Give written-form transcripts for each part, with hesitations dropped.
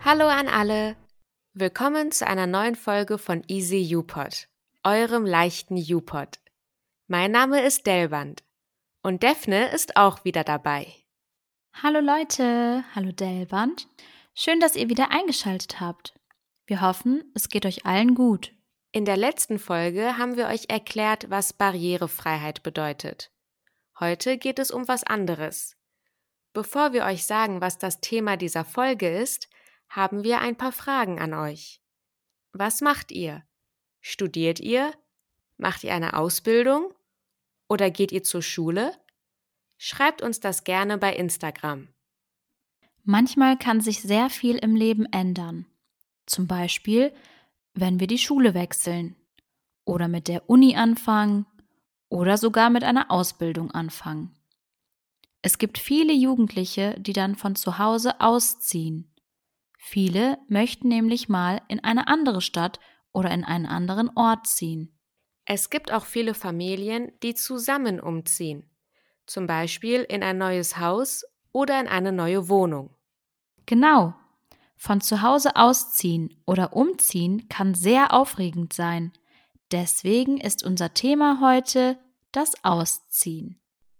Hallo an alle! Willkommen zu einer neuen Folge von Easy YouPod, eurem leichten YouPod. Mein Name ist Delband und Daphne ist auch wieder dabei. Hallo Leute, hallo Delband. Schön, dass ihr wieder eingeschaltet habt. Wir hoffen, es geht euch allen gut. In der letzten Folge haben wir euch erklärt, was Barrierefreiheit bedeutet. Heute geht es um was anderes. Bevor wir euch sagen, was das Thema dieser Folge ist, haben wir ein paar Fragen an euch. Was macht ihr? Studiert ihr? Macht ihr eine Ausbildung? Oder geht ihr zur Schule? Schreibt uns das gerne bei Instagram. Manchmal kann sich sehr viel im Leben ändern. Zum Beispiel, wenn wir die Schule wechseln oder mit der Uni anfangen oder sogar mit einer Ausbildung anfangen. Es gibt viele Jugendliche, die dann von zu Hause ausziehen. Viele möchten nämlich mal in eine andere Stadt oder in einen anderen Ort ziehen. Es gibt auch viele Familien, die zusammen umziehen. Zum Beispiel in ein neues Haus oder in eine neue Wohnung. Genau. Von zu Hause ausziehen oder umziehen kann sehr aufregend sein. Deswegen ist unser Thema heute das Ausziehen.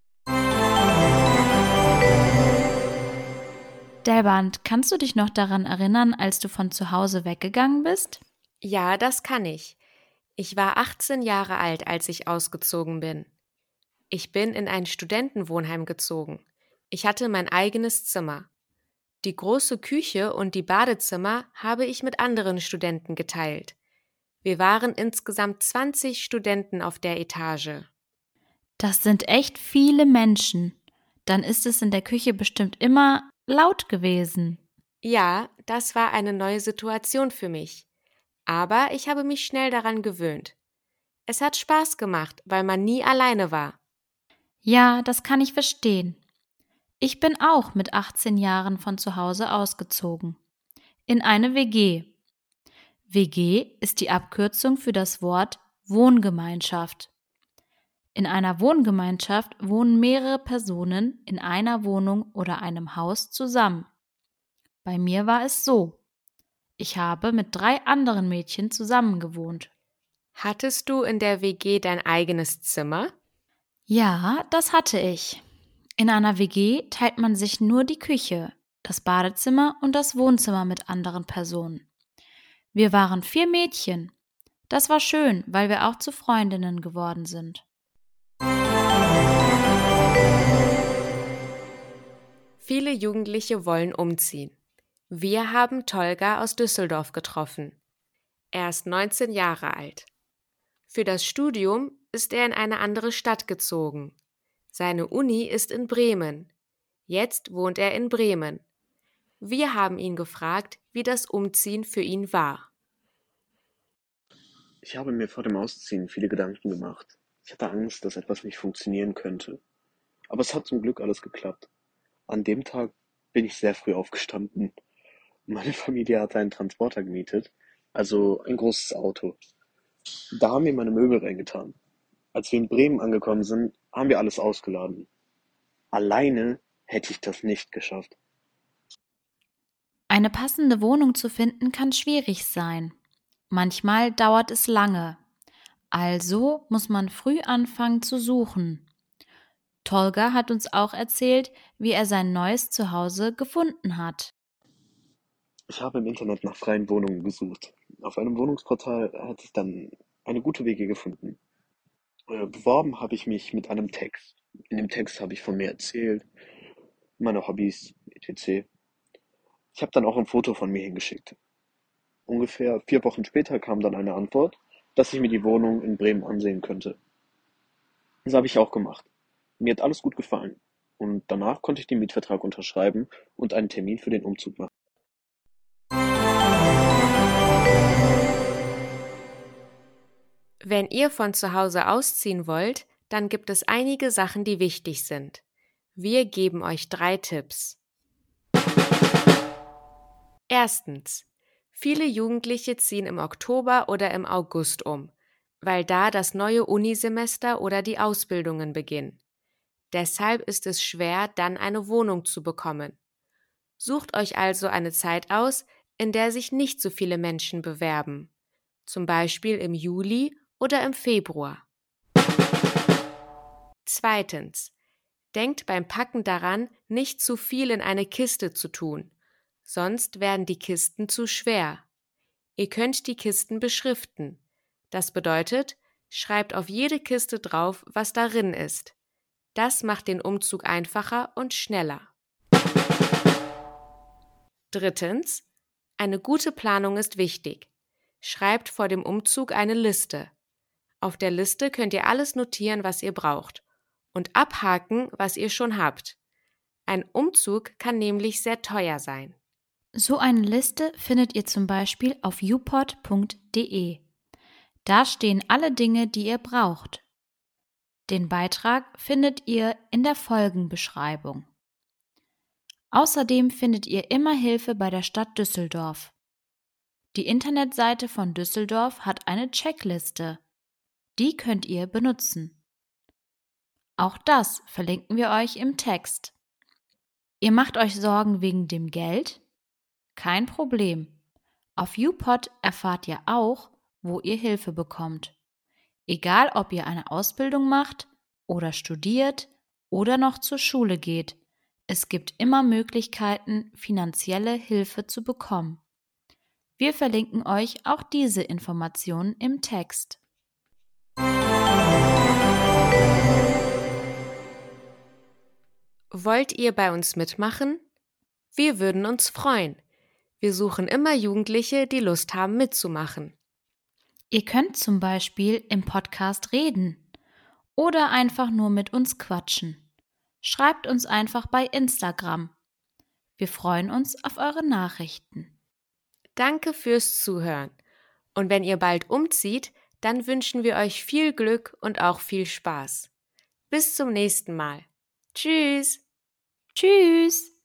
Delband, kannst du dich noch daran erinnern, als du von zu Hause weggegangen bist? Ja, das kann ich. Ich war 18 Jahre alt, als ich ausgezogen bin. Ich bin in ein Studentenwohnheim gezogen. Ich hatte mein eigenes Zimmer. Die große Küche und die Badezimmer habe ich mit anderen Studenten geteilt. Wir waren insgesamt 20 Studenten auf der Etage. Das sind echt viele Menschen. Dann ist es in der Küche bestimmt immer laut gewesen. Ja, das war eine neue Situation für mich. Aber ich habe mich schnell daran gewöhnt. Es hat Spaß gemacht, weil man nie alleine war. Ja, das kann ich verstehen. Ich bin auch mit 18 Jahren von zu Hause ausgezogen. In eine WG. WG ist die Abkürzung für das Wort Wohngemeinschaft. In einer Wohngemeinschaft wohnen mehrere Personen in einer Wohnung oder einem Haus zusammen. Bei mir war es so. Ich habe mit 3 anderen Mädchen zusammen gewohnt. Hattest du in der WG dein eigenes Zimmer? Ja, das hatte ich. In einer WG teilt man sich nur die Küche, das Badezimmer und das Wohnzimmer mit anderen Personen. Wir waren 4 Mädchen. Das war schön, weil wir auch zu Freundinnen geworden sind. Viele Jugendliche wollen umziehen. Wir haben Tolga aus Düsseldorf getroffen. Er ist 19 Jahre alt. Für das Studium ist er in eine andere Stadt gezogen. Seine Uni ist in Bremen. Jetzt wohnt er in Bremen. Wir haben ihn gefragt, wie das Umziehen für ihn war. Ich habe mir vor dem Ausziehen viele Gedanken gemacht. Ich hatte Angst, dass etwas nicht funktionieren könnte. Aber es hat zum Glück alles geklappt. An dem Tag bin ich sehr früh aufgestanden. Meine Familie hatte einen Transporter gemietet, also ein großes Auto. Da haben wir meine Möbel reingetan. Als wir in Bremen angekommen sind, haben wir alles ausgeladen. Alleine hätte ich das nicht geschafft. Eine passende Wohnung zu finden kann schwierig sein. Manchmal dauert es lange. Also muss man früh anfangen zu suchen. Tolga hat uns auch erzählt, wie er sein neues Zuhause gefunden hat. Ich habe im Internet nach freien Wohnungen gesucht. Auf einem Wohnungsportal hatte ich dann eine gute Wege gefunden. Beworben habe ich mich mit einem Text. In dem Text habe ich von mir erzählt, meine Hobbys, etc. Ich habe dann auch ein Foto von mir hingeschickt. Ungefähr 4 Wochen später kam dann eine Antwort, dass ich mir die Wohnung in Bremen ansehen könnte. Das habe ich auch gemacht. Mir hat alles gut gefallen. Und danach konnte ich den Mietvertrag unterschreiben und einen Termin für den Umzug machen. Wenn ihr von zu Hause ausziehen wollt, dann gibt es einige Sachen, die wichtig sind. Wir geben euch 3 Tipps. Erstens. Viele Jugendliche ziehen im Oktober oder im August um, weil da das neue Unisemester oder die Ausbildungen beginnen. Deshalb ist es schwer, dann eine Wohnung zu bekommen. Sucht euch also eine Zeit aus, in der sich nicht so viele Menschen bewerben, zum Beispiel im Juli oder im Februar. Zweitens. Denkt beim Packen daran, nicht zu viel in eine Kiste zu tun, sonst werden die Kisten zu schwer. Ihr könnt die Kisten beschriften. Das bedeutet, schreibt auf jede Kiste drauf, was darin ist. Das macht den Umzug einfacher und schneller. Drittens. Eine gute Planung ist wichtig. Schreibt vor dem Umzug eine Liste. Auf der Liste könnt ihr alles notieren, was ihr braucht und abhaken, was ihr schon habt. Ein Umzug kann nämlich sehr teuer sein. So eine Liste findet ihr zum Beispiel auf upod.de. Da stehen alle Dinge, die ihr braucht. Den Beitrag findet ihr in der Folgenbeschreibung. Außerdem findet ihr immer Hilfe bei der Stadt Düsseldorf. Die Internetseite von Düsseldorf hat eine Checkliste. Die könnt ihr benutzen. Auch das verlinken wir euch im Text. Ihr macht euch Sorgen wegen dem Geld? Kein Problem. Auf UPod erfahrt ihr auch, wo ihr Hilfe bekommt. Egal, ob ihr eine Ausbildung macht oder studiert oder noch zur Schule geht, es gibt immer Möglichkeiten, finanzielle Hilfe zu bekommen. Wir verlinken euch auch diese Informationen im Text. Wollt ihr bei uns mitmachen? Wir würden uns freuen. Wir suchen immer Jugendliche, die Lust haben mitzumachen. Ihr könnt zum Beispiel im Podcast reden oder einfach nur mit uns quatschen. Schreibt uns einfach bei Instagram. Wir freuen uns auf eure Nachrichten. Danke fürs Zuhören. Und wenn ihr bald umzieht, dann wünschen wir euch viel Glück und auch viel Spaß. Bis zum nächsten Mal. Tschüss! Tschüss!